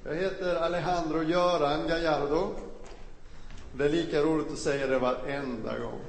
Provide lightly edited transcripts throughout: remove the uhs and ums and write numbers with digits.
Jag heter Alejandro Göran Gallardo. Det är lika roligt att säga det varenda gång.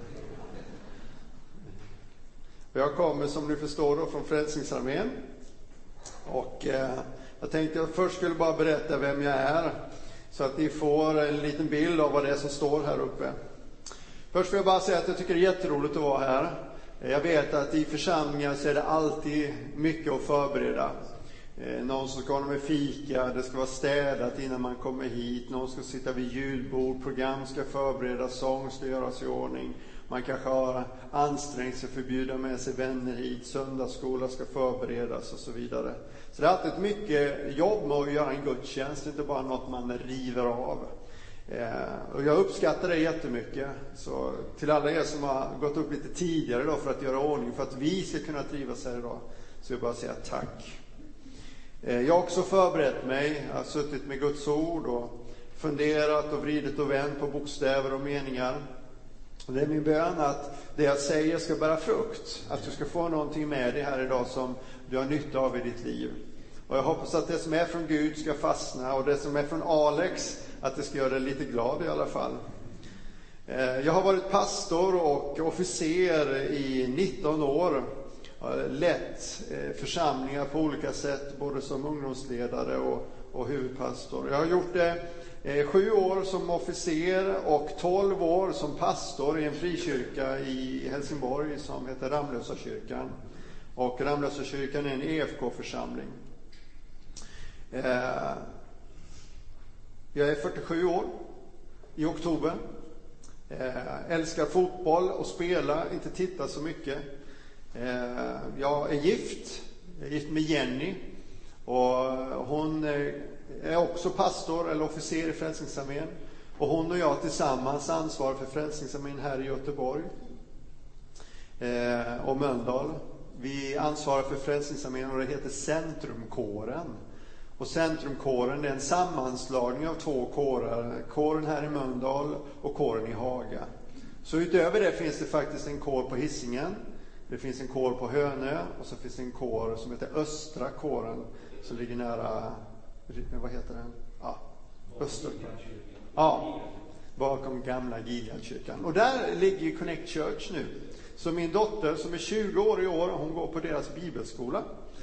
Jag kommer, som ni förstår, då, från Frälsningsarmén. Och jag tänkte att jag först skulle bara berätta vem jag är, så att ni får en liten bild av vad det är som står här uppe. Först vill jag bara säga att jag tycker det är jätteroligt att vara här. Jag vet att i församlingar så är det alltid mycket att förbereda. Någon som ska ha med fika, det ska vara städat innan man kommer hit. Någon ska sitta vid julbord, program ska förberedas, sång ska göras i ordning. Man kanske har ansträngt sig för att bjuda med sig vänner hit, söndagsskola ska förberedas och så vidare. Så det är alltid mycket jobb med att göra en gudstjänst, inte bara något man river av. Och jag uppskattar det jättemycket. Så till alla er som har gått upp lite tidigare då för att göra ordning, för att vi ska kunna trivas här idag, så jag bara säga tack. Jag har också förberett mig. Jag har suttit med Guds ord och funderat och vridit och vänt på bokstäver och meningar. Och det är min bön att det jag säger ska bära frukt. Att du ska få någonting med dig här idag som du har nytta av i ditt liv. Och jag hoppas att det som är från Gud ska fastna, och det som är från Alex, att det ska göra dig lite glad i alla fall. Jag har varit pastor och officer i 19 år. Jag har lett församlingar på olika sätt, både som ungdomsledare och huvudpastor. Jag har gjort det 7 år som officer och 12 år som pastor i en frikyrka i Helsingborg som heter Ramlösa kyrkan. Och Ramlösa kyrkan är en EFK-församling. Jag är 47 år i oktober. Älskar fotboll och spela, inte titta så mycket. Jag är gift. Jag är gift med Jenny. Och hon är också pastor eller officer i Frälsningsarmén. Och hon och jag tillsammans ansvarar för Frälsningsarmén här i Göteborg och Mölndal. Vi ansvarar för Frälsningsarmén och det heter Centrumkåren. Och Centrumkåren är en sammanslagning av 2 kårer. Kåren här i Mölndal och kåren i Haga. Så utöver det finns det faktiskt en kår på Hisingen. Det finns en kår på Hönö och så finns det en kår som heter Östra kåren som ligger nära, vad heter den? Ja, Östra. Ja, bakom gamla Gileadkyrkan. Och där ligger ju Connect Church nu. Så min dotter som är 20 år i år, hon går på deras bibelskola.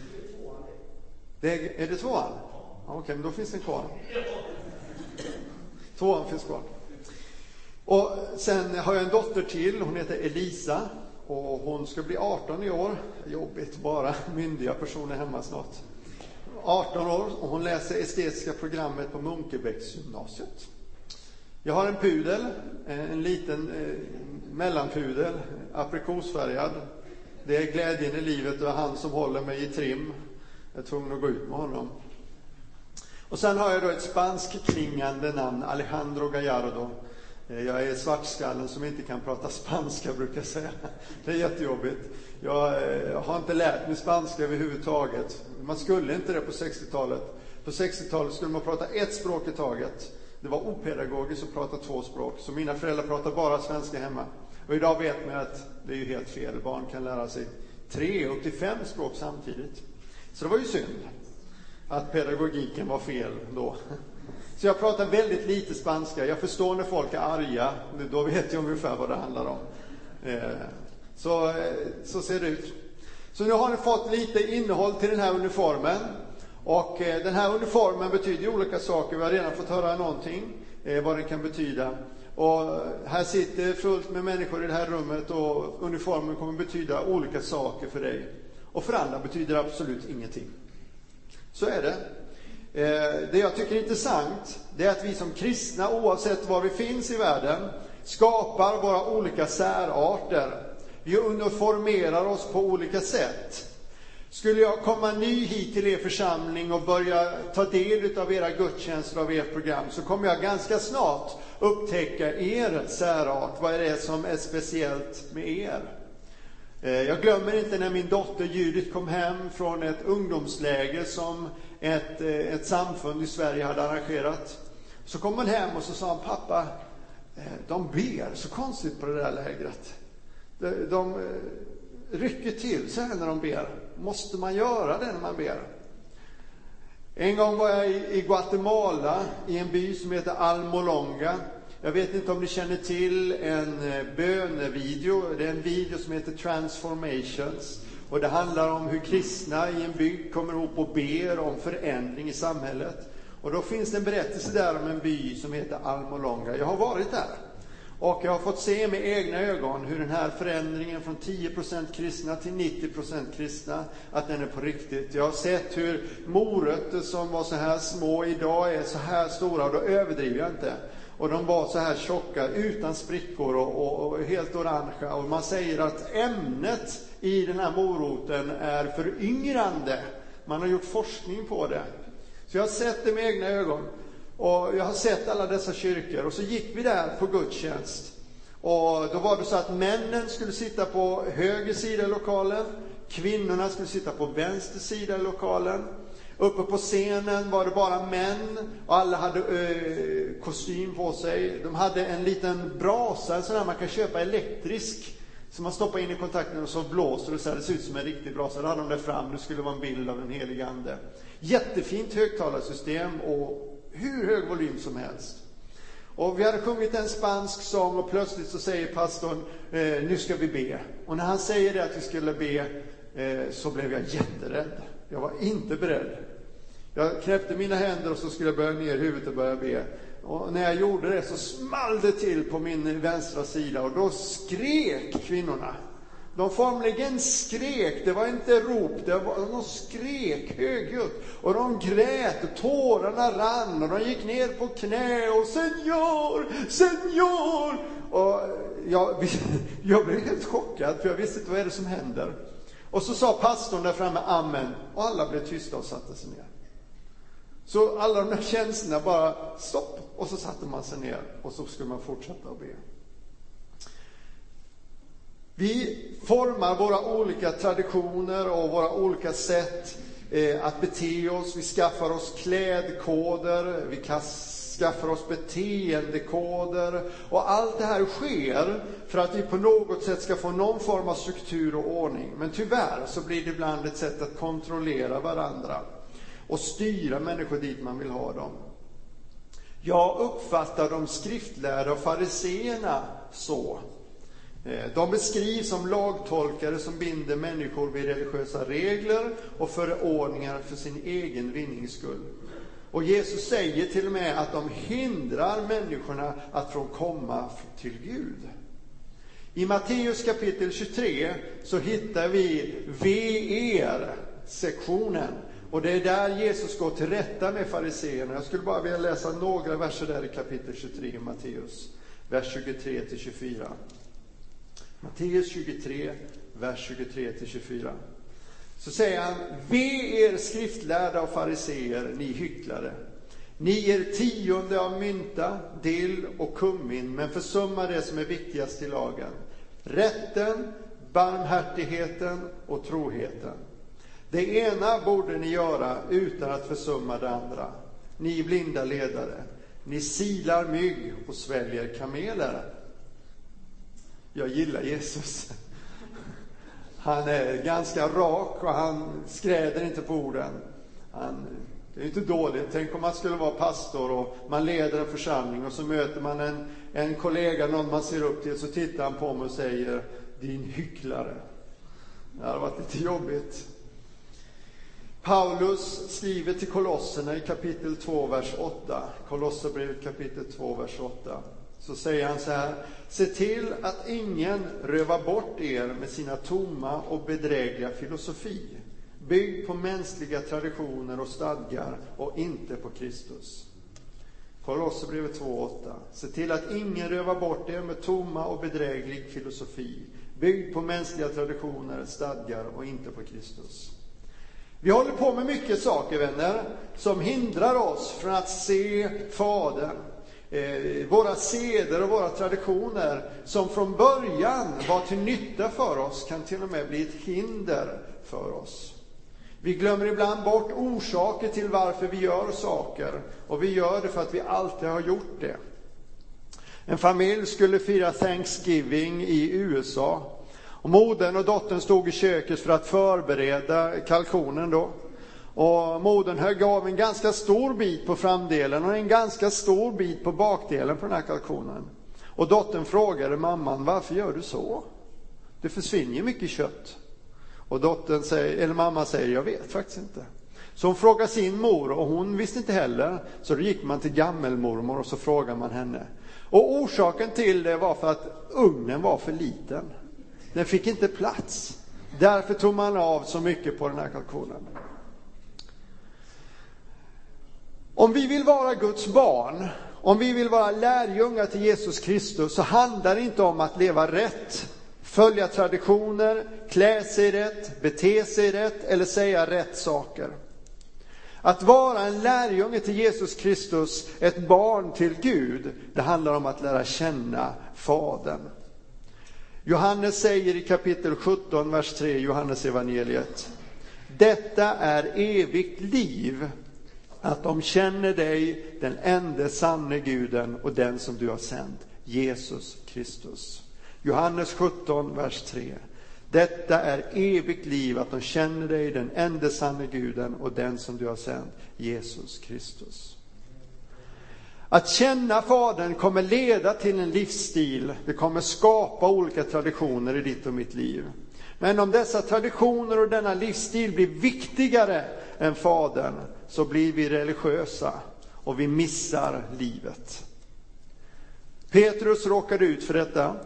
Är det 2an? Okej, men då finns det kvar. 2an finns kvar. Och sen har jag en dotter till, hon heter Elisa. Och hon ska bli 18 i år. Jobbigt, bara myndiga personer hemma snart. 18 år och hon läser estetiska programmet på Munkebäcksgymnasiet. Jag har en pudel, en liten mellanpudel, aprikosfärgad. Det är glädjen i livet och han som håller mig i trim. Jag är tvungen att gå ut med honom. Och sen har jag då ett spanskklingande namn, Alejandro Gallardo. Jag är svartskallen som inte kan prata spanska, brukar jag säga. Det är jättejobbigt. Jag har inte lärt mig spanska överhuvudtaget. Man skulle inte det på 60-talet. På 60-talet skulle man prata 1 språk i taget. Det var opedagogiskt att prata 2 språk. Så mina föräldrar pratar bara svenska hemma. Och idag vet man att det är ju helt fel. Barn kan lära sig 3 upp till 5 språk samtidigt. Så det var ju synd att pedagogiken var fel då. Så jag pratar väldigt lite spanska. Jag förstår när folk är arga. Då vet jag ungefär vad det handlar om. Så ser det ut. Så nu har ni fått lite innehåll till den här uniformen. Och den här uniformen betyder olika saker. Vi har redan fått höra någonting vad den kan betyda. Och här sitter fullt med människor i det här rummet. Och uniformen kommer betyda olika saker för dig. Och för andra betyder det absolut ingenting. Så är det. Det jag tycker är intressant, det är att vi som kristna, oavsett var vi finns i världen, skapar våra olika särarter. Vi uniformerar oss på olika sätt. Skulle jag komma ny hit till er församling och börja ta del av era gudstjänster av ert program, så kommer jag ganska snart upptäcka er särart. Vad är det som är speciellt med er? Jag glömmer inte när min dotter Judith kom hem från ett ungdomsläger som ett samfund i Sverige hade arrangerat. Så kom hon hem och så sa hon: pappa, de ber så konstigt på det där lägret. De rycker till så här när de ber. Måste man göra det när man ber? En gång var jag i Guatemala i en by som heter Almolonga. Jag vet inte om ni känner till en bönevideo. Det är en video som heter Transformations. Och det handlar om hur kristna i en bygd kommer ihop och ber om förändring i samhället. Och då finns det en berättelse där om en by som heter Almolonga. Jag har varit där. Och jag har fått se med egna ögon hur den här förändringen från 10% kristna till 90% kristna, att den är på riktigt. Jag har sett hur morötter som var så här små idag är så här stora, och då överdriver jag inte. Och de var så här tjocka, utan sprickor och helt orangea. Och man säger att ämnet i den här moroten är föryngrande. Man har gjort forskning på det. Så jag har sett det med egna ögon. Och jag har sett alla dessa kyrkor. Och så gick vi där på gudstjänst. Och då var det så att männen skulle sitta på höger sida i lokalen. Kvinnorna skulle sitta på vänster sida i lokalen. Uppe på scenen var det bara män. Och alla hade kostym på sig. De hade en liten brasa, sån här man kan köpa elektrisk. Så man stoppar in i kontakten och så blåser det så här. Det ser ut som en riktig brasa. Då hade de där fram. Det skulle vara en bild av den helige ande. Jättefint högtalarsystem och hur hög volym som helst. Och vi hade sjungit en spansk sång och plötsligt så säger pastorn, nu ska vi be. Och när han säger det att vi skulle be så blev jag jätterädd. Jag var inte beredd. Jag knäppte mina händer och så skulle jag böja ner huvudet och börja be. Och när jag gjorde det så small det till på min vänstra sida och då skrek kvinnorna. De formligen skrek, det var inte rop, de skrek högljutt. Och de grät och tårarna rann och de gick ner på knä och Señor, Señor. Och jag blev helt chockad för jag visste inte vad är det som händer. Och så sa pastorn där framme amen och alla blev tysta och satte sig ner. Så alla de här känslorna bara stopp och så satte man sig ner och så skulle man fortsätta att be. Vi formar våra olika traditioner och våra olika sätt att bete oss. Vi skaffar oss klädkoder, vi skaffar oss beteendekoder. Och allt det här sker för att vi på något sätt ska få någon form av struktur och ordning. Men tyvärr så blir det ibland ett sätt att kontrollera varandra och styra människor dit man vill ha dem. Jag uppfattar de skriftlärda och fariseerna så. De beskrivs som lagtolkare som binder människor vid religiösa regler och förordningar för sin egen vinnings skull. Och Jesus säger till och med att de hindrar människorna att få komma till Gud. I Matteus kapitel 23 så hittar vi VR-sektionen. Och det är där Jesus går till rätta med fariseerna. Jag skulle bara vilja läsa några verser där i kapitel 23 i Matteus. Vers 23-24. Matteus 23, vers 23-24. Så säger han, ve er skriftlärda och fariseer, ni hycklare. Ni ger 10 av mynta, dill och kummin, men försummar det som är viktigast i lagen. Rätten, barmhärtigheten och troheten. Det ena borde ni göra utan att försumma det andra. Ni blinda ledare, ni silar mygg och sväljer kameler. Jag gillar Jesus. Han är ganska rak och han skräder inte på orden. Det är inte dåligt. Tänk om man skulle vara pastor och man leder en församling och så möter man en kollega, någon man ser upp till, så tittar han på mig och säger, din hycklare. Det har varit lite jobbigt. Paulus skriver till Kolosserna i kapitel 2, vers 8. Kolosserbrevet kapitel 2, vers 8. Så säger han så här, se till att ingen rövar bort er med sina tomma och bedrägliga filosofi, byggd på mänskliga traditioner och stadgar och inte på Kristus. Kolosserbrevet 2:8. Se till att ingen rövar bort er med tomma och bedräglig filosofi, byggd på mänskliga traditioner, stadgar och inte på Kristus. Vi håller på med mycket saker, vänner, som hindrar oss från att se Fadern. Våra seder och våra traditioner som från början var till nytta för oss kan till och med bli ett hinder för oss. Vi glömmer ibland bort orsaker till varför vi gör saker, och vi gör det för att vi alltid har gjort det. En familj skulle fira Thanksgiving i USA, och modern och dottern stod i köket för att förbereda kalkonen då. Och modern högg av en ganska stor bit på framdelen och en ganska stor bit på bakdelen på den här kalkonen. Och dottern frågade mamman, varför gör du så? Det försvinner ju mycket kött. Och mamman säger, jag vet faktiskt inte. Så hon frågar sin mor och hon visste inte heller. Så då gick man till gammelmormor och så frågar man henne. Och orsaken till det var för att ugnen var för liten. Den fick inte plats. Därför tog man av så mycket på den här kalkonen. Om vi vill vara Guds barn, om vi vill vara lärjungar till Jesus Kristus, så handlar det inte om att leva rätt, följa traditioner, klä sig rätt, bete sig rätt eller säga rätt saker. Att vara en lärjunge till Jesus Kristus, ett barn till Gud, det handlar om att lära känna Fadern. Johannes säger i kapitel 17, vers 3, Johannes evangeliet: detta är evigt liv, att de känner dig, den enda sanne Guden, och den som du har sänt, Jesus Kristus. Johannes 17, vers 3. Detta är evigt liv, att de känner dig, den enda sanne Guden, och den som du har sänt, Jesus Kristus. Att känna Fadern kommer leda till en livsstil. Det kommer skapa olika traditioner i ditt och mitt liv. Men om dessa traditioner och denna livsstil blir viktigare än Fadern, så blir vi religiösa och vi missar livet. Petrus råkade ut för detta.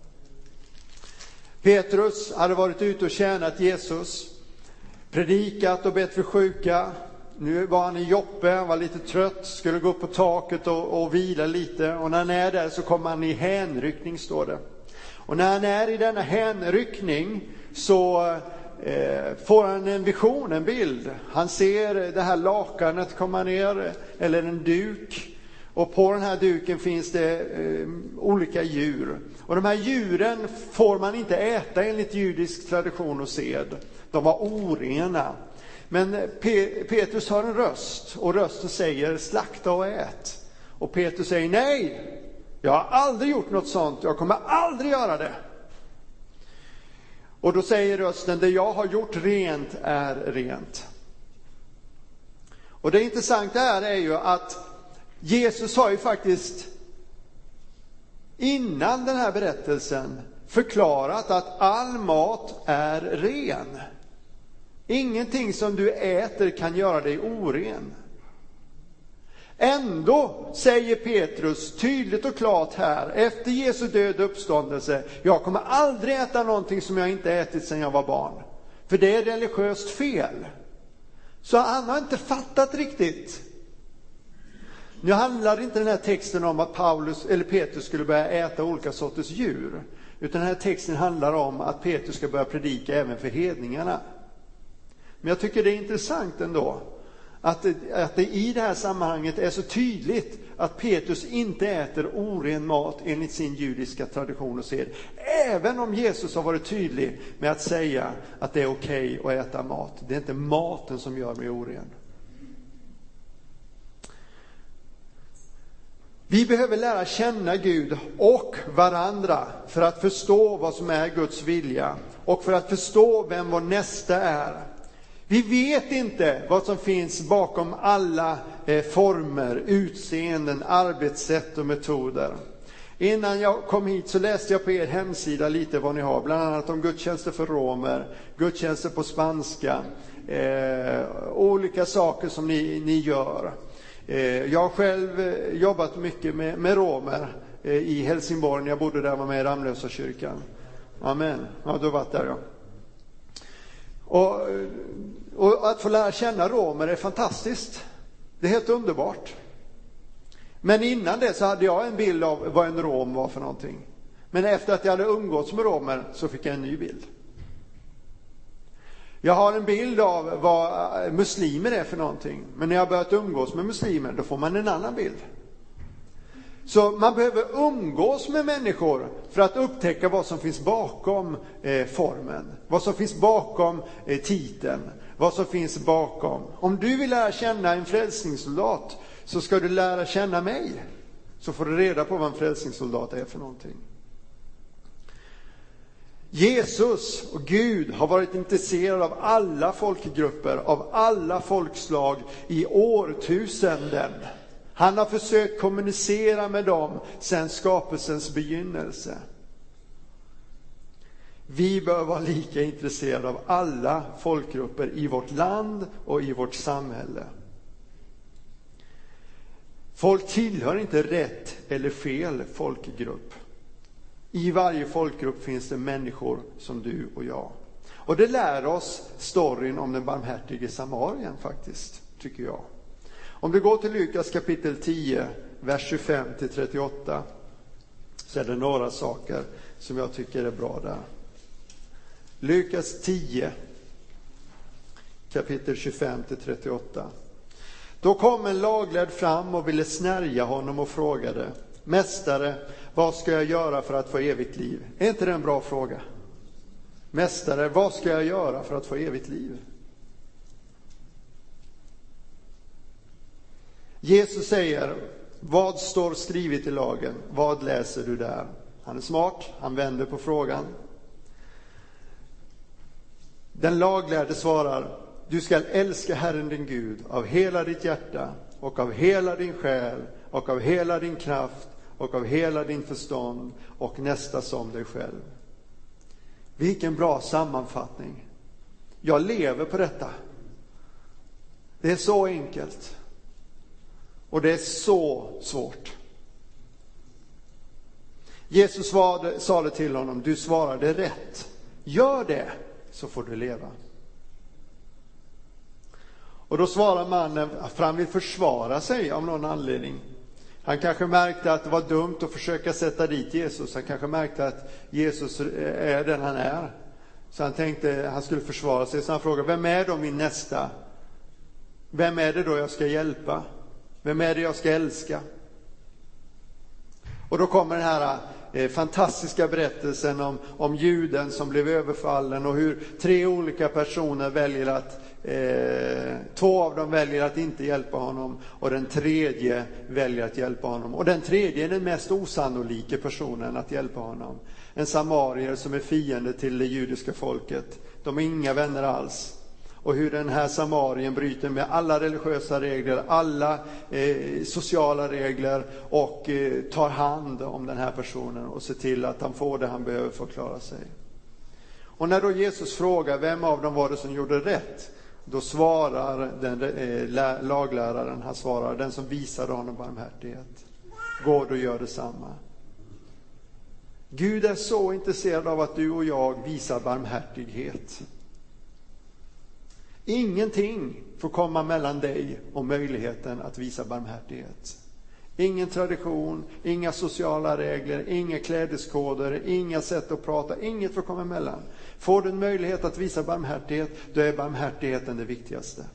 Petrus hade varit ute och tjänat Jesus, predikat och bett för sjuka. Nu var han i Joppe, han var lite trött, skulle gå upp på taket och vila lite. Och när han är där så kommer han i hänryckning, står det. Och när han är i denna hänryckning så får han en vision, en bild. Han ser det här lakanet komma ner, eller en duk. Och på den här duken finns det olika djur. Och de här djuren får man inte äta enligt judisk tradition och sed. De var orena. Men Petrus har en röst, och rösten säger slakta och ät. Och Petrus säger nej, jag har aldrig gjort något sånt, jag kommer aldrig göra det. Och då säger rösten, det jag har gjort rent är rent. Och det intressanta här är ju att Jesus har ju faktiskt innan den här berättelsen förklarat att all mat är ren. Ingenting som du äter kan göra dig oren. Ändå säger Petrus tydligt och klart här, efter Jesu död och uppståndelse, jag kommer aldrig äta någonting som jag inte ätit sedan jag var barn. För det är religiöst fel. Så han har inte fattat riktigt. Nu handlar inte den här texten om att Petrus skulle börja äta olika sorters djur. Utan den här texten handlar om att Petrus ska börja predika även för hedningarna. Men jag tycker det är intressant ändå att det i det här sammanhanget är så tydligt att Petrus inte äter oren mat enligt sin judiska tradition och sed. Även om Jesus har varit tydlig med att säga att det är okej att äta mat. Det är inte maten som gör mig oren. Vi behöver lära känna Gud och varandra för att förstå vad som är Guds vilja och för att förstå vem vår nästa är. Vi vet inte vad som finns bakom alla former, utseenden, arbetssätt och metoder. Innan jag kom hit så läste jag på er hemsida lite vad ni har. Bland annat om gudstjänster för romer, gudstjänster på spanska, olika saker som ni gör. Jag har själv jobbat mycket med romer i Helsingborg när jag bodde där, var med i Ramlösa kyrkan. Amen. Ja, du har varit där, ja. Och att få lära känna romer är fantastiskt. Det är helt underbart. Men innan det så hade jag en bild av vad en rom var för någonting. Men efter att jag hade umgåtts med romer så fick jag en ny bild. Jag har en bild av vad muslimer är för någonting. Men när jag börjat umgås med muslimer, då får man en annan bild. Så man behöver umgås med människor för att upptäcka vad som finns bakom formen. Vad som finns bakom titeln. Vad som finns bakom. Om du vill lära känna en frälsningssoldat så ska du lära känna mig. Så får du reda på vad en frälsningssoldat är för någonting. Jesus och Gud har varit intresserad av alla folkgrupper, av alla folkslag i årtusenden. Han har försökt kommunicera med dem sedan skapelsens begynnelse. Vi bör vara lika intresserade av alla folkgrupper i vårt land och i vårt samhälle. Folk tillhör inte rätt eller fel folkgrupp. I varje folkgrupp finns det människor som du och jag. Och det lär oss storyn om den barmhärtige samarien faktiskt, tycker jag. Om du går till Lukas kapitel 10, vers 25-38, så är det några saker som jag tycker är bra där. Lukas 10, kapitel 25-38. Då kom en laglärd fram och ville snärja honom och frågade: Mästare, vad ska jag göra för att få evigt liv? Är inte det en bra fråga? Mästare, vad ska jag göra för att få evigt liv? Jesus säger: vad står skrivet i lagen? Vad läser du där? Han är smart, han vänder på frågan. Den laglärde svarar: du ska älska Herren din Gud av hela ditt hjärta och av hela din själ och av hela din kraft och av hela din förstånd och nästa som dig själv. Vilken bra sammanfattning. Jag lever på detta. Det är så enkelt. Och det är så svårt. Jesus sa det till honom: du svarade rätt. Gör det, så får du leva. Och då svarar mannen, för han vill försvara sig av någon anledning. Han kanske märkte att det var dumt att försöka sätta dit Jesus. Han kanske märkte att Jesus är den han är. Så han tänkte han skulle försvara sig. Så han frågade: vem är då min nästa? Vem är det då jag ska hjälpa? Vem är det jag ska älska? Och då kommer den här fantastiska berättelsen om juden som blev överfallen och hur 3 olika personer väljer att 2 av dem väljer att inte hjälpa honom och den tredje väljer att hjälpa honom. Och den tredje är den mest osannolika personen att hjälpa honom. En samarier som är fiende till det judiska folket. De är inga vänner alls. Och hur den här samarien bryter med alla religiösa regler, alla sociala regler och tar hand om den här personen och ser till att han får det han behöver för att klara sig. Och när då Jesus frågar vem av dem var det som gjorde rätt, då svarar den lagläraren, han svarar: den som visade honom barmhärtighet. Gå och gör detsamma. Gud är så intresserad av att du och jag visar barmhärtighet. Ingenting får komma mellan dig och möjligheten att visa barmhärtighet. Ingen tradition, inga sociala regler, inga klädeskoder, inga sätt att prata, inget får komma emellan. Får du en möjlighet att visa barmhärtighet, då är barmhärtigheten det viktigaste.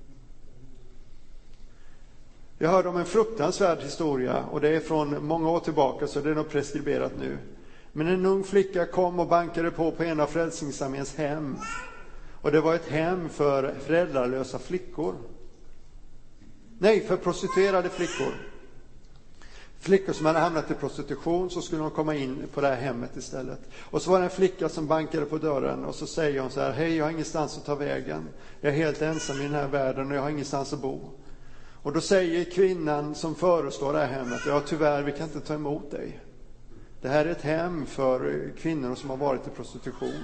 Jag hörde om en fruktansvärd historia, och det är från många år tillbaka, så det är nog preskriberat nu. Men en ung flicka kom och bankade på en av Frälsningsarméns hem. Och det var ett hem för föräldralösa flickor. Nej, för prostituerade flickor. Flickor som hade hamnat i prostitution, så skulle de komma in på det här hemmet istället. Och så var det en flicka som bankade på dörren och så säger hon så här: hej, jag har ingenstans att ta vägen. Jag är helt ensam i den här världen och jag har ingenstans att bo. Och då säger kvinnan som förestår det här hemmet: ja, tyvärr, vi kan inte ta emot dig. Det här är ett hem för kvinnor som har varit i prostitution.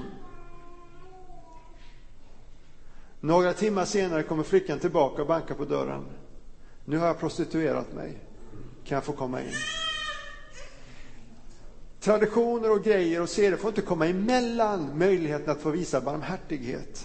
Några timmar senare kommer flickan tillbaka och bankar på dörren. Nu har jag prostituerat mig. Kan jag få komma in? Traditioner och grejer och seder får inte komma emellan möjligheten att få visa barmhärtighet.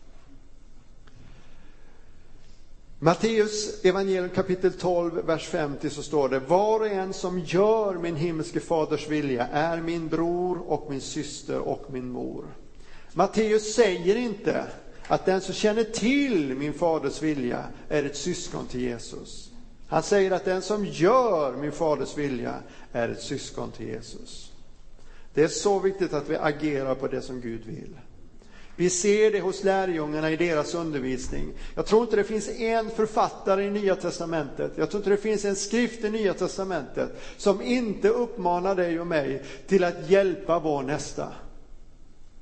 Matteus evangelium kapitel 12, vers 50, så står det: var och en som gör min himmelske faders vilja är min bror och min syster och min mor. Matteus säger inte att den som känner till min faders vilja är ett syskon till Jesus. Han säger att den som gör min faders vilja är ett syskon till Jesus. Det är så viktigt att vi agerar på det som Gud vill. Vi ser det hos lärjungarna i deras undervisning. Jag tror inte det finns en författare i Nya testamentet, jag tror inte det finns en skrift i Nya testamentet som inte uppmanar dig och mig till att hjälpa vår nästa.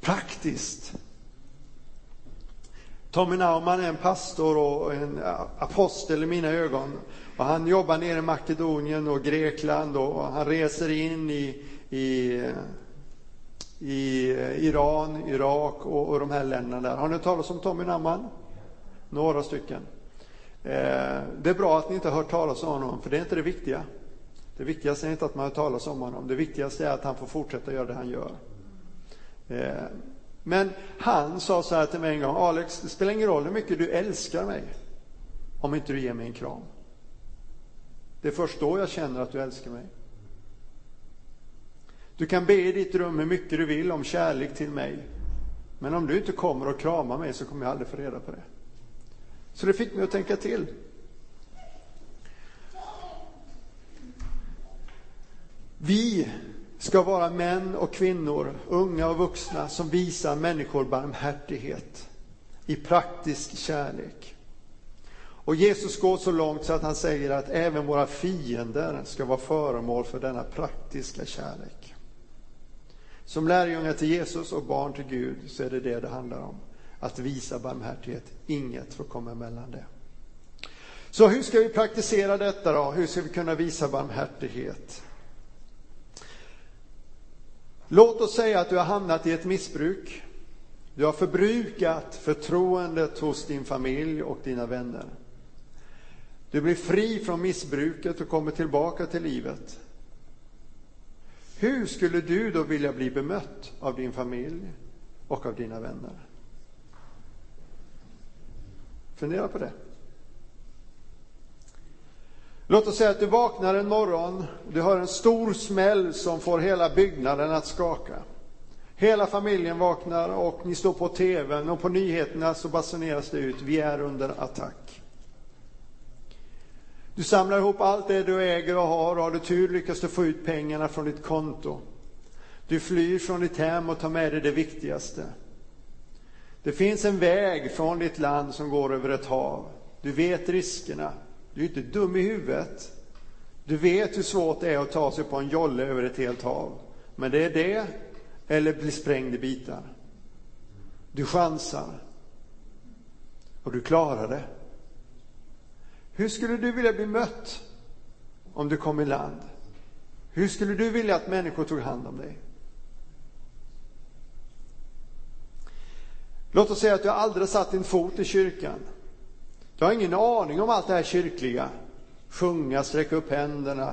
Praktiskt. Tommy Naumann är en pastor och en apostel i mina ögon. Och han jobbar nere i Makedonien och Grekland, och han reser in i Iran, Irak och de här länderna där. Har ni talat om Tommy Naumann? Några stycken. Det är bra att ni inte har hört talas om honom, för det är inte det viktiga. Det viktigaste är inte att man har talas om honom. Det viktigaste är att han får fortsätta göra det han gör. Men han sa så här till mig en gång: Alex, det spelar ingen roll hur mycket du älskar mig om inte du ger mig en kram. Det är först då jag känner att du älskar mig. Du kan be i ditt rum hur mycket du vill om kärlek till mig, men om du inte kommer och kramar mig så kommer jag aldrig få reda på det. Så det fick mig att tänka till. Vi ska vara män och kvinnor, unga och vuxna, som visar människor barmhärtighet i praktisk kärlek. Och Jesus går så långt så att han säger att även våra fiender ska vara föremål för denna praktiska kärlek. Som lärjungar till Jesus och barn till Gud så är det handlar om. Att visa barmhärtighet. Inget får komma emellan det. Så hur ska vi praktisera detta då? Hur ska vi kunna visa barmhärtighet? Låt oss säga att du har hamnat i ett missbruk. Du har förbrukat förtroendet hos din familj och dina vänner. Du blir fri från missbruket och kommer tillbaka till livet. Hur skulle du då vilja bli bemött av din familj och av dina vänner? Fundera på det. Låt oss säga att du vaknar en morgon, du hör en stor smäll som får hela byggnaden att skaka. Hela familjen vaknar och ni står på tvn, och på nyheterna så basuneras det ut: vi är under attack. Du samlar ihop allt det du äger och har du tur lyckas du få ut pengarna från ditt konto. Du flyr från ditt hem och tar med dig det viktigaste. Det finns en väg från ditt land som går över ett hav. Du vet riskerna. Du är inte dum i huvudet. Du vet hur svårt det är att ta sig på en jolle över ett helt hav. Men det är det eller bli sprängd i bitar. Du chansar. Och du klarar det. Hur skulle du vilja bli mött om du kom i land? Hur skulle du vilja att människor tog hand om dig? Låt oss säga att du aldrig satt din fot i kyrkan. Du har ingen aning om allt det här kyrkliga. Sjunga, sträcka upp händerna,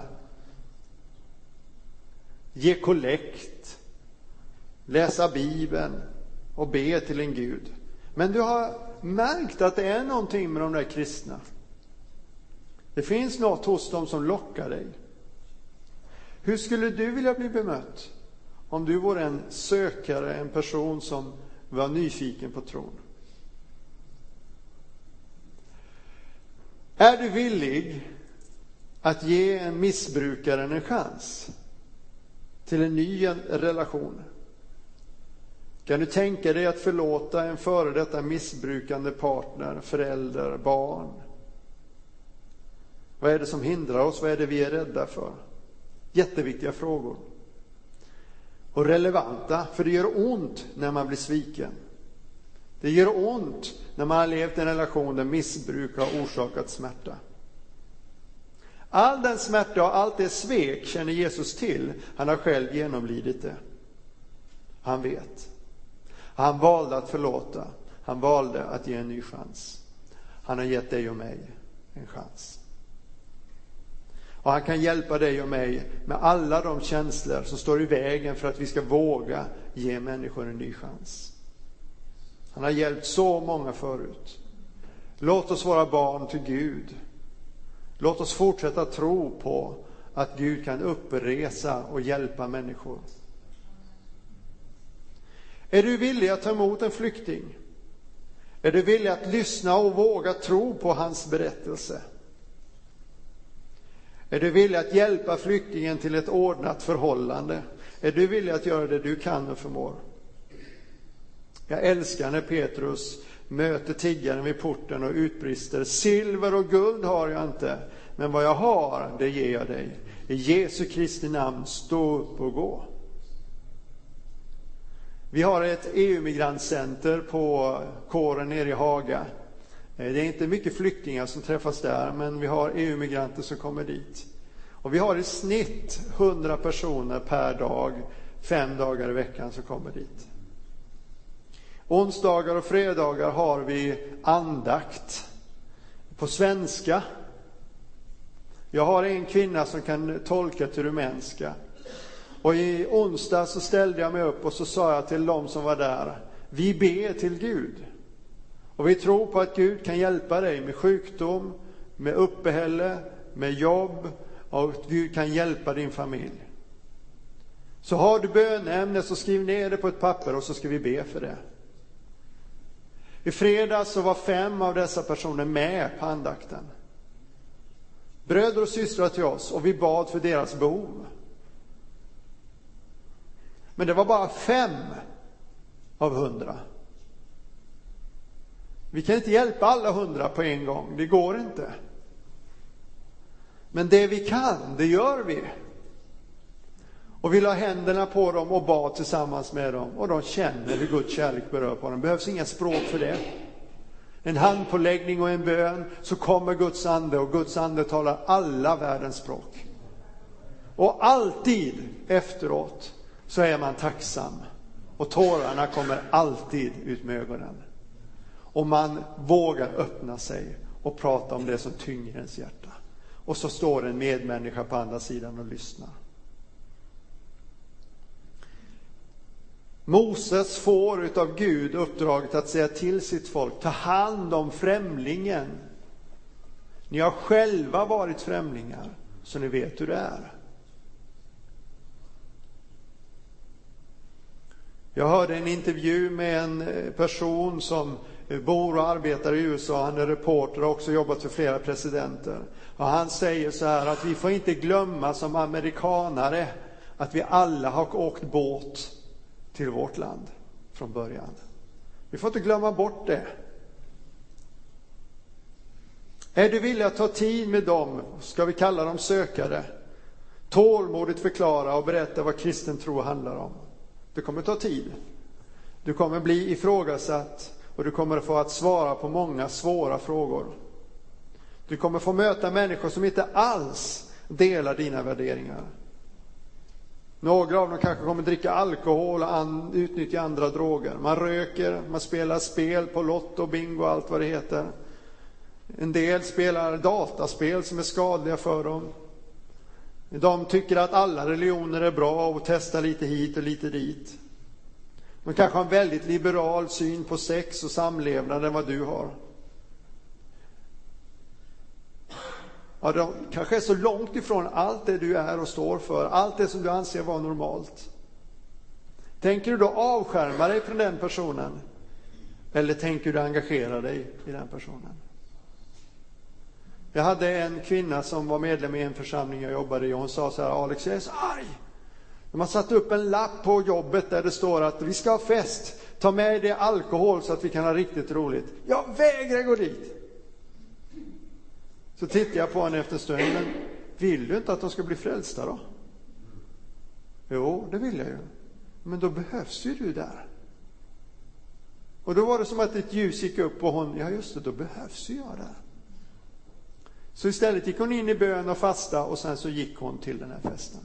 ge kollekt, läsa Bibeln och be till en Gud. Men du har märkt att det är någonting med de där kristna. Det finns något hos dem som lockar dig. Hur skulle du vilja bli bemött om du var en sökare, en person som var nyfiken på tron? Är du villig att ge en missbrukare en chans till en ny relation? Kan du tänka dig att förlåta en före detta missbrukande partner, förälder, barn? Vad är det som hindrar oss? Vad är det vi är rädda för? Jätteviktiga frågor. Och relevanta, för det gör ont när man blir sviken. Det gör ont när man har levt i en relation där missbruk har orsakat smärta. All den smärta och allt det svek känner Jesus till. Han har själv genomlidit det. Han vet. Han valde att förlåta. Han valde att ge en ny chans. Han har gett dig och mig en chans. Och han kan hjälpa dig och mig med alla de känslor som står i vägen för att vi ska våga ge människor en ny chans. Han har hjälpt så många förut. Låt oss vara barn till Gud. Låt oss fortsätta tro på att Gud kan uppresa och hjälpa människor. Är du villig att ta emot en flykting? Är du villig att lyssna och våga tro på hans berättelse? Är du villig att hjälpa flyktingen till ett ordnat förhållande? Är du villig att göra det du kan och förmår? Jag älskar när Petrus möter tiggaren vid porten och utbrister: silver och guld har jag inte, men vad jag har, det ger jag dig. I Jesu Kristi namn, stå upp och gå. Vi har ett EU-migrantcenter på kåren nere i Haga. Det är inte mycket flyktingar som träffas där, men vi har EU-migranter som kommer dit. Och vi har i snitt 100 personer per dag, 5 dagar i veckan som kommer dit. Onsdagar och fredagar har vi andakt på svenska. Jag har en kvinna som kan tolka till rumänska. Och i onsdag så ställde jag mig upp och så sa jag till de som var där: vi ber till Gud. Och vi tror på att Gud kan hjälpa dig med sjukdom, med uppehälle, med jobb, och att Gud kan hjälpa din familj. Så har du bönämne så skriv ner det på ett papper och så ska vi be för det. I fredags så var 5 av dessa personer med på andakten. Bröder och systrar till oss, och vi bad för deras behov. Men det var bara 5 av 100. Vi kan inte hjälpa alla 100 på en gång, det går inte. Men det vi kan, det gör vi. Och vi la händerna på dem och bad tillsammans med dem. Och de känner hur Guds kärlek berör på dem. Det behövs inga språk för det. En handpåläggning och en bön, så kommer Guds ande, och Guds ande talar alla världens språk. Och alltid efteråt så är man tacksam. Och tårarna kommer alltid ut med ögonen. Och man vågar öppna sig och prata om det som tynger ens hjärta. Och så står en medmänniska på andra sidan och lyssnar. Moses får utav Gud uppdraget att säga till sitt folk: ta hand om främlingen. Ni har själva varit främlingar, så ni vet hur det är. Jag hörde en intervju med en person som bor och arbetar i USA. Han är reporter och har också jobbat för flera presidenter. Och han säger så här, att vi får inte glömma som amerikanare att vi alla har åkt båt till vårt land från början. Vi får inte glömma bort det. Är du villig att ta tid med dem, ska vi kalla dem sökare, tålmodigt förklara och berätta vad kristen tro handlar om. Det kommer ta tid. Du kommer bli ifrågasatt och du kommer få att svara på många svåra frågor. Du kommer få möta människor som inte alls delar dina värderingar. Några av dem kanske kommer dricka alkohol och utnyttja andra droger. Man röker, man spelar spel på lotto, bingo och allt vad det heter. En del spelar dataspel som är skadliga för dem. De tycker att alla religioner är bra och testar lite hit och lite dit. De kanske har en väldigt liberal syn på sex och samlevnad än vad du har. Ja, de kanske är så långt ifrån allt det du är och står för, allt det som du anser vara normalt. Tänker du då avskärma dig från den personen? Eller tänker du engagera dig i den personen? Jag hade en kvinna som var medlem i en församling jag jobbade i, och hon sa så här: Alex, jag är så arg. De har satt upp en lapp på jobbet där det står att vi ska ha fest, ta med dig alkohol så att vi kan ha riktigt roligt. Jag vägrar gå dit. Så tittar jag på henne efter en stund: men vill du inte att de ska bli frälsta då? Jo, det vill jag ju. Men då behövs ju du där. Och då var det som att ett ljus gick upp och hon, ja just det, då behövs ju jag där. Så istället gick hon in i bön och fasta, och sen så gick hon till den här festen.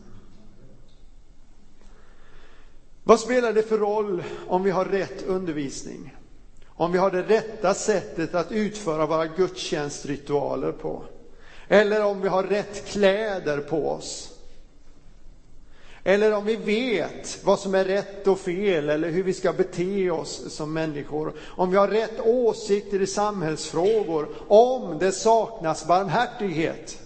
Vad spelar det för roll om vi har rätt undervisning? Om vi har det rätta sättet att utföra våra gudstjänstritualer på? Eller om vi har rätt kläder på oss? Eller om vi vet vad som är rätt och fel, eller hur vi ska bete oss som människor? Om vi har rätt åsikter i samhällsfrågor, om det saknas barmhärtighet?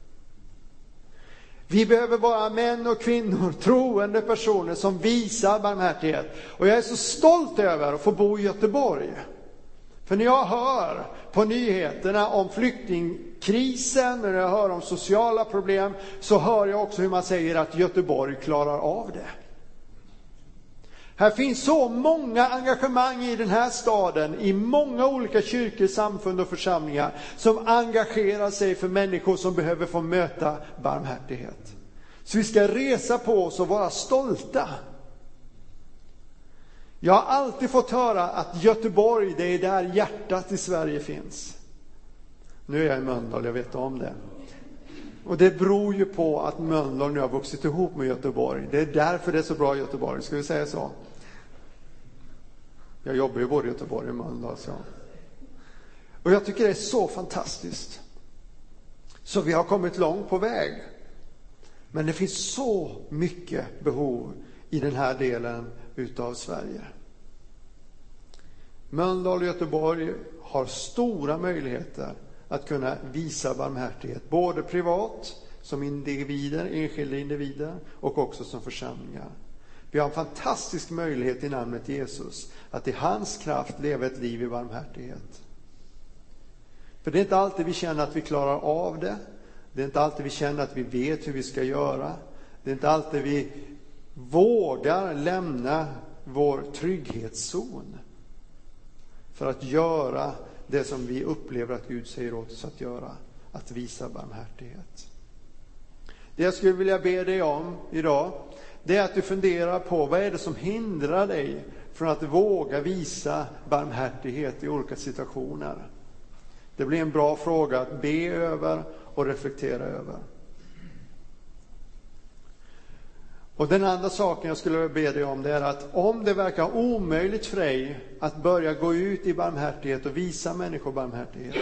Vi behöver vara män och kvinnor, troende personer som visar barmhärtighet. Och jag är så stolt över att få bo i Göteborg. För när jag hör på nyheterna om flyktingkrisen, när jag hör om sociala problem, så hör jag också hur man säger att Göteborg klarar av det. Här finns så många engagemang i den här staden, i många olika kyrkor, samfund och församlingar som engagerar sig för människor som behöver få möta barmhärtighet. Så vi ska resa på oss och vara stolta. Jag har alltid fått höra att Göteborg, det är där hjärtat i Sverige finns. Nu är jag i Mölndal, jag vet om det. Och det beror ju på att Mölndal nu har vuxit ihop med Göteborg. Det är därför det är så bra i Göteborg, ska vi säga så? Jag jobbar ju både i Göteborg och Mölndal. Så. Och jag tycker det är så fantastiskt. Så vi har kommit långt på väg. Men det finns så mycket behov i den här delen utav Sverige. Mölndal och Göteborg har stora möjligheter att kunna visa barmhärtighet. Både privat, som individer, enskilda individer och också som församlingar. Vi har en fantastisk möjlighet i namnet Jesus att i hans kraft leva ett liv i barmhärtighet. För det är inte alltid vi känner att vi klarar av det. Det är inte alltid vi känner att vi vet hur vi ska göra. Det är inte alltid vi vågar lämna vår trygghetszon för att göra det som vi upplever att Gud säger åt oss att göra, att visa barmhärtighet. Det jag skulle vilja be dig om idag, det är att du funderar på vad är det som hindrar dig från att våga visa barmhärtighet i olika situationer. Det blir en bra fråga att be över och reflektera över. Och den andra saken jag skulle be dig om, det är att om det verkar omöjligt för dig att börja gå ut i barmhärtighet och visa människor barmhärtighet,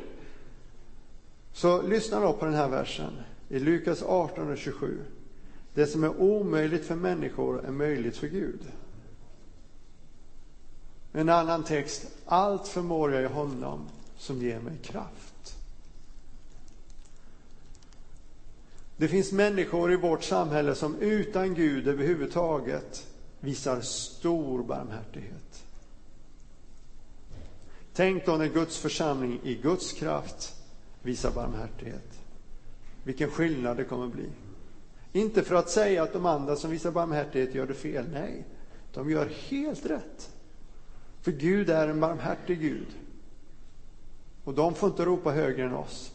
så lyssna då på den här versen i Lukas 18:27. Det som är omöjligt för människor är möjligt för Gud. En annan text: allt förmår jag i honom som ger mig kraft. Det finns människor i vårt samhälle som utan Gud överhuvudtaget visar stor barmhärtighet. Tänk då när Guds församling i Guds kraft visar barmhärtighet. Vilken skillnad det kommer bli. Inte för att säga att de andra som visar barmhärtighet gör det fel. Nej, de gör helt rätt. För Gud är en barmhärtig Gud. Och de får inte ropa högre än oss.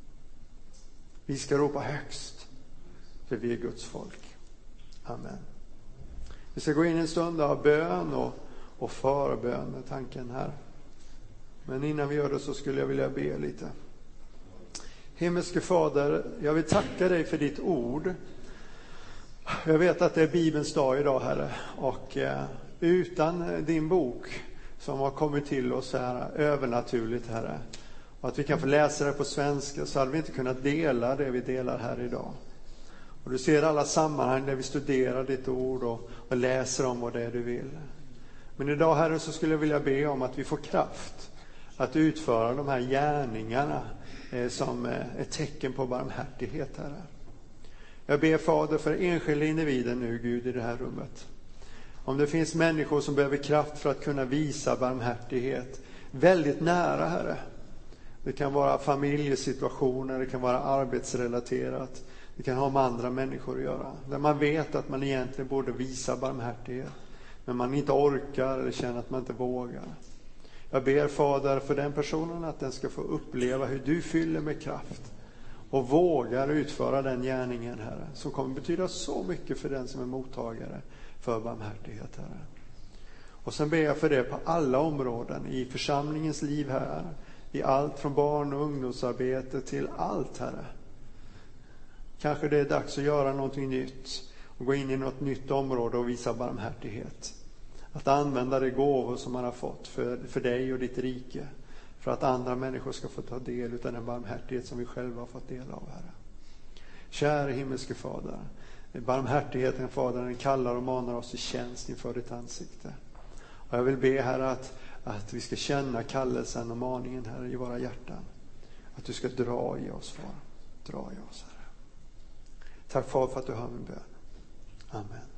Vi ska ropa högst, för vi är Guds folk. Amen. Vi ska gå in en stund av bön och förbön med tanken här. Men innan vi gör det så skulle jag vilja be lite. Himmelske Fader, jag vill tacka dig för ditt ord. Jag vet att det är Bibelns dag idag, Herre. Och utan din bok som har kommit till oss här övernaturligt, Herre, och att vi kan få läsa det på svenska, så hade vi inte kunnat dela det vi delar här idag. Och du ser alla sammanhang där vi studerar ditt ord och läser om vad det är du vill. Men idag, Herre, så skulle jag vilja be om att vi får kraft att utföra de här gärningarna som ett tecken på barmhärtighet, Herre. Jag ber, Fader, för enskilda individer nu, Gud, i det här rummet. Om det finns människor som behöver kraft för att kunna visa barmhärtighet väldigt nära, Herre. Det kan vara familjesituationer, det kan vara arbetsrelaterat, det kan ha med andra människor att göra. Där man vet att man egentligen borde visa barmhärtighet, men man inte orkar eller känner att man inte vågar. Jag ber, Fader, för den personen att den ska få uppleva hur du fyller med kraft och vågar utföra den gärningen, Herre, som kommer betyda så mycket för den som är mottagare för barmhärtighet, Herre. Och sen ber jag för det på alla områden i församlingens liv här, i allt från barn- och ungdomsarbete till allt, Herre. Kanske det är dags att göra någonting nytt och gå in i något nytt område och visa barmhärtighet. Att använda de gåvor som man har fått för dig och ditt rike, för att andra människor ska få ta del av den barmhärtighet som vi själva har fått del av, Herre. Kära himmelske Fader, barmhärtigheten, Fader, den kallar och manar oss i tjänst inför ditt ansikte. Och jag vill be, Herre, att vi ska känna kallelsen och maningen, Herre, i våra hjärtan. Att du ska dra i oss, Far. Dra i oss, Herre. Tack, Far, för att du hör min bön. Amen.